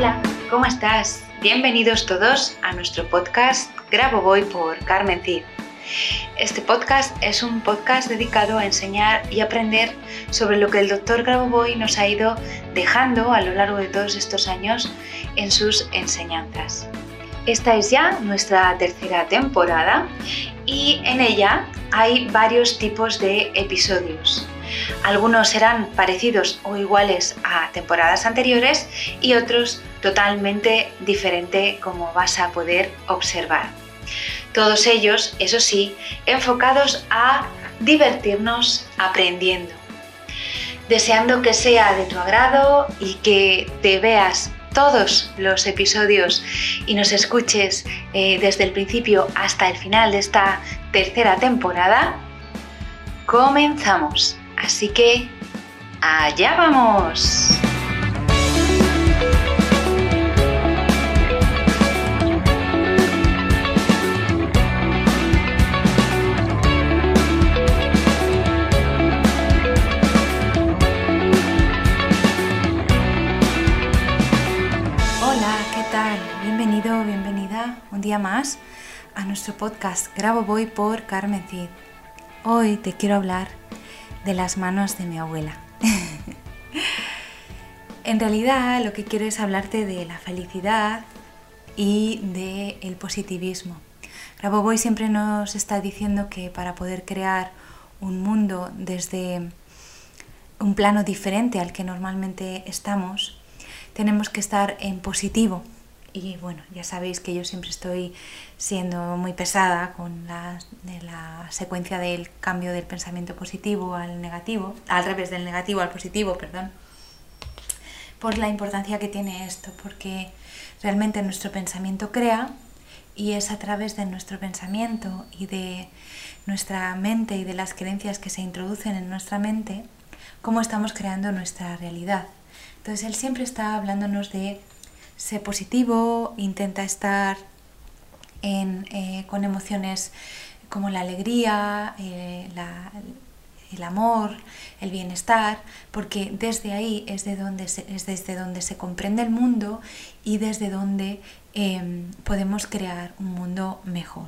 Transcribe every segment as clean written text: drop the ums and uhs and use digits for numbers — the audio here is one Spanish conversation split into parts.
Hola, ¿cómo estás? Bienvenidos todos a nuestro podcast Grabovoi por Carmen Cid. Este podcast es un podcast dedicado a enseñar y aprender sobre lo que el Dr. Grabovoi nos ha ido dejando a lo largo de todos estos años en sus enseñanzas. Esta es ya nuestra tercera temporada y en ella hay varios tipos de episodios. Algunos serán parecidos o iguales a temporadas anteriores y otros totalmente diferentes, como vas a poder observar. Todos ellos, eso sí, enfocados a divertirnos aprendiendo. Deseando que sea de tu agrado y que te veas todos los episodios y nos escuches desde el principio hasta el final de esta tercera temporada, comenzamos. Así que, ¡allá vamos! Hola, ¿qué tal? Bienvenido, bienvenida un día más a nuestro podcast Grabovoi por Carmen Cid. Hoy te quiero hablar de las manos de mi abuela. En realidad lo que quiero es hablarte de la felicidad y del positivismo. Grabovoi siempre nos está diciendo que para poder crear un mundo desde un plano diferente al que normalmente estamos, tenemos que estar en positivo. Y bueno, ya sabéis que yo siempre estoy siendo muy pesada con la secuencia del cambio del pensamiento positivo al negativo, al revés del negativo al positivo, por la importancia que tiene esto, porque realmente nuestro pensamiento crea y es a través de nuestro pensamiento y de nuestra mente y de las creencias que se introducen en nuestra mente cómo estamos creando nuestra realidad. Entonces él siempre está hablándonos de sé positivo, intenta estar con emociones como la alegría, el amor, el bienestar, porque desde ahí es desde donde se comprende el mundo y desde donde podemos crear un mundo mejor.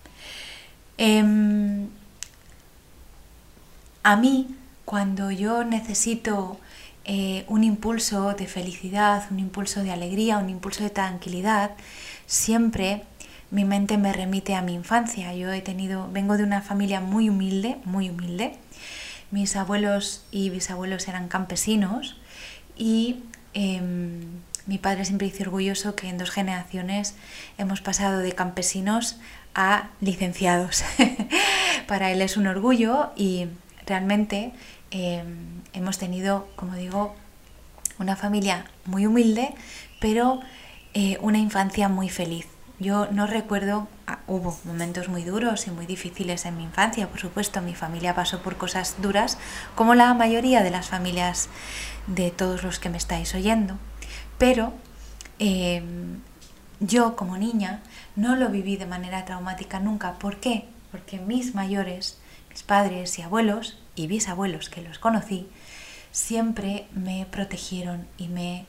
A mí, cuando yo necesito un impulso de felicidad, un impulso de alegría, un impulso de tranquilidad, siempre mi mente me remite a mi infancia. Vengo de una familia muy humilde, muy humilde. Mis abuelos y bisabuelos eran campesinos y mi padre siempre dice orgulloso que en 2 generaciones hemos pasado de campesinos a licenciados. Para él es un orgullo y realmente hemos tenido, como digo, una familia muy humilde, pero una infancia muy feliz. Yo no recuerdo, hubo momentos muy duros y muy difíciles en mi infancia, por supuesto, mi familia pasó por cosas duras, como la mayoría de las familias de todos los que me estáis oyendo, pero yo como niña no lo viví de manera traumática nunca. ¿Por qué? Porque mis mayores, mis padres y abuelos y bisabuelos que los conocí, siempre me protegieron y me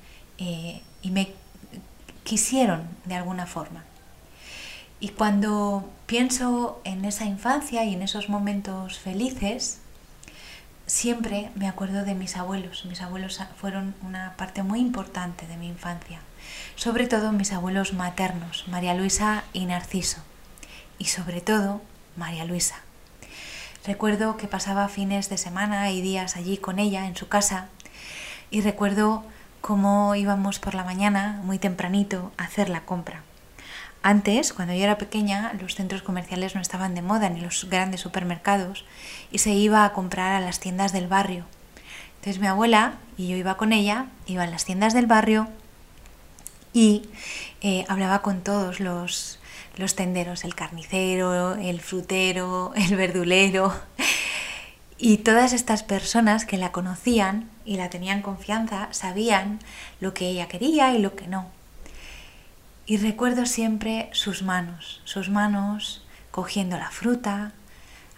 quisieron de alguna forma. Y cuando pienso en esa infancia y en esos momentos felices, siempre me acuerdo de mis abuelos. Mis abuelos fueron una parte muy importante de mi infancia, sobre todo mis abuelos maternos, María Luisa y Narciso, y sobre todo María Luisa. Recuerdo que pasaba fines de semana y días allí con ella en su casa y recuerdo cómo íbamos por la mañana muy tempranito a hacer la compra. Antes, cuando yo era pequeña, los centros comerciales no estaban de moda ni los grandes supermercados y se iba a comprar a las tiendas del barrio. Entonces mi abuela y yo iba con ella, iba a las tiendas del barrio y hablaba con todos los tenderos, el carnicero, el frutero, el verdulero y todas estas personas que la conocían y la tenían confianza sabían lo que ella quería y lo que no. Y recuerdo siempre sus manos cogiendo la fruta,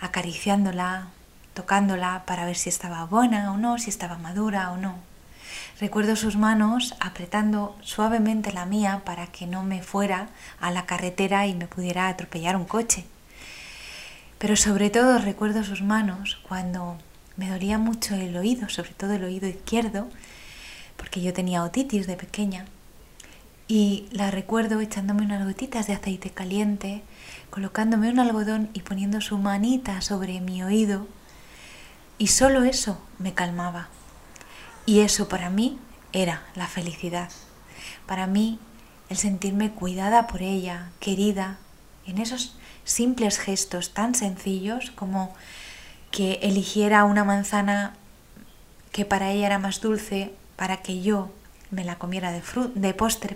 acariciándola, tocándola para ver si estaba buena o no, si estaba madura o no. Recuerdo sus manos apretando suavemente la mía para que no me fuera a la carretera y me pudiera atropellar un coche. Pero sobre todo recuerdo sus manos cuando me dolía mucho el oído, sobre todo el oído izquierdo, porque yo tenía otitis de pequeña. Y la recuerdo echándome unas gotitas de aceite caliente, colocándome un algodón y poniendo su manita sobre mi oído. Y solo eso me calmaba. Y eso para mí era la felicidad. Para mí el sentirme cuidada por ella, querida, en esos simples gestos tan sencillos como que eligiera una manzana que para ella era más dulce para que yo me la comiera de postre,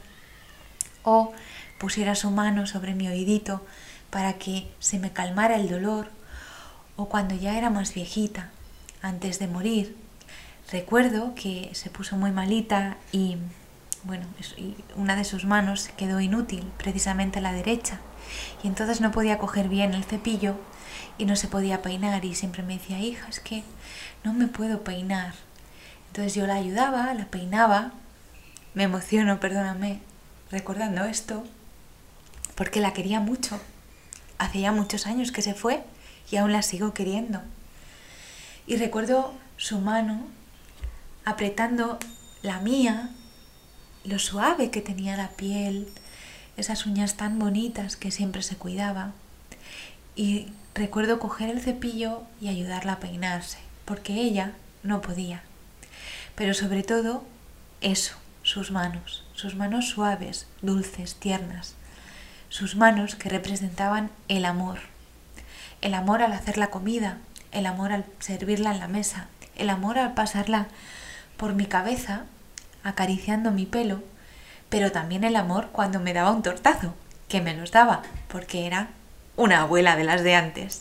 o pusiera su mano sobre mi oídito para que se me calmara el dolor, o cuando ya era más viejita, antes de morir, recuerdo que se puso muy malita y una de sus manos quedó inútil, precisamente la derecha, y entonces no podía coger bien el cepillo y no se podía peinar y siempre me decía, hija, es que no me puedo peinar. Entonces yo la ayudaba, la peinaba. Me emociono, perdóname, recordando esto, porque la quería mucho. Hace ya muchos años que se fue y aún la sigo queriendo. Y recuerdo su mano apretando la mía, lo suave que tenía la piel, esas uñas tan bonitas que siempre se cuidaba. Y recuerdo coger el cepillo y ayudarla a peinarse, porque ella no podía. Pero sobre todo eso, sus manos suaves, dulces, tiernas, sus manos que representaban el amor al hacer la comida, el amor al servirla en la mesa, el amor al pasarla por mi cabeza, acariciando mi pelo, pero también el amor cuando me daba un tortazo, que me los daba, porque era una abuela de las de antes.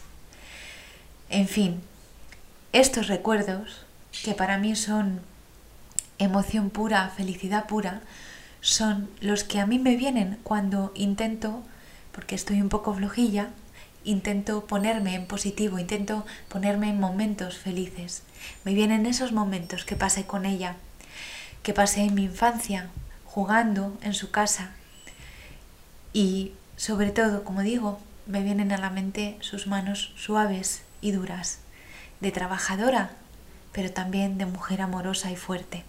En fin, estos recuerdos, que para mí son emoción pura, felicidad pura, son los que a mí me vienen cuando intento, porque estoy un poco flojilla, intento ponerme en positivo, intento ponerme en momentos felices. Me vienen esos momentos que pasé con ella, que pasé en mi infancia, jugando en su casa. Y sobre todo, como digo, me vienen a la mente sus manos suaves y duras, de trabajadora, pero también de mujer amorosa y fuerte.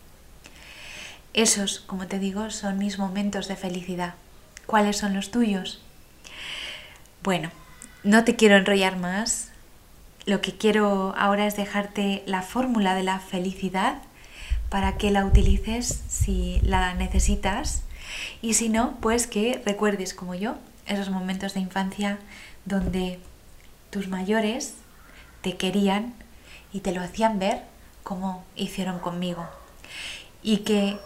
Esos, como te digo, son mis momentos de felicidad. ¿Cuáles son los tuyos? Bueno, no te quiero enrollar más. Lo que quiero ahora es dejarte la fórmula de la felicidad para que la utilices si la necesitas y si no, pues que recuerdes como yo esos momentos de infancia donde tus mayores te querían y te lo hacían ver como hicieron conmigo. Y que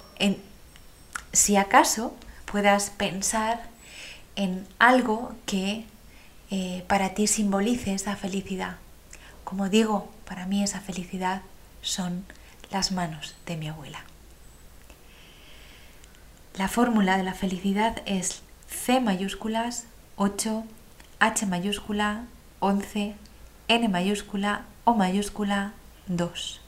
si acaso puedas pensar en algo que para ti simbolice esa felicidad. Como digo, para mí esa felicidad son las manos de mi abuela. La fórmula de la felicidad es C mayúsculas 8, H mayúscula 11, N mayúscula, O mayúscula 2.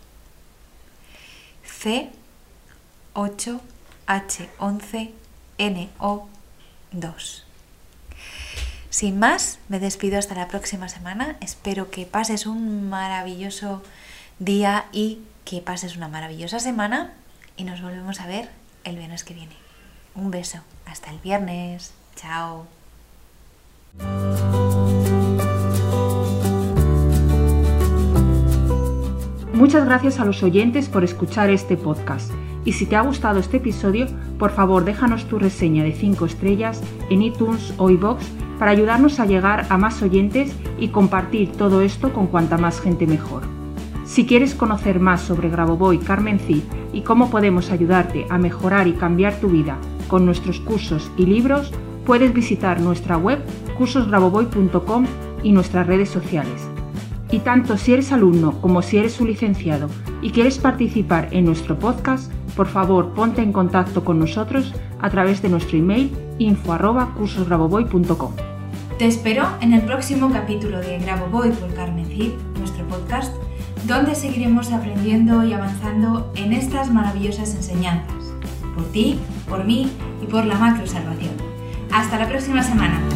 C 8, H 11, N O 2. Sin más, me despido hasta la próxima semana. Espero que pases un maravilloso día y que pases una maravillosa semana y nos volvemos a ver el viernes que viene. Un beso. Hasta el viernes. Chao. Muchas gracias a los oyentes por escuchar este podcast. Y si te ha gustado este episodio, por favor déjanos tu reseña de 5 estrellas en iTunes o iVoox para ayudarnos a llegar a más oyentes y compartir todo esto con cuanta más gente mejor. Si quieres conocer más sobre Grabovoi Carmen Cid y cómo podemos ayudarte a mejorar y cambiar tu vida con nuestros cursos y libros, puedes visitar nuestra web cursosgrabovoi.com y nuestras redes sociales. Y tanto si eres alumno como si eres un licenciado y quieres participar en nuestro podcast, por favor ponte en contacto con nosotros a través de nuestro email info@cursosgrabovoi.com. Te espero en el próximo capítulo de Grabovoi por Carmen Cid, nuestro podcast, donde seguiremos aprendiendo y avanzando en estas maravillosas enseñanzas, por ti, por mí y por la macrosalvación. Hasta la próxima semana.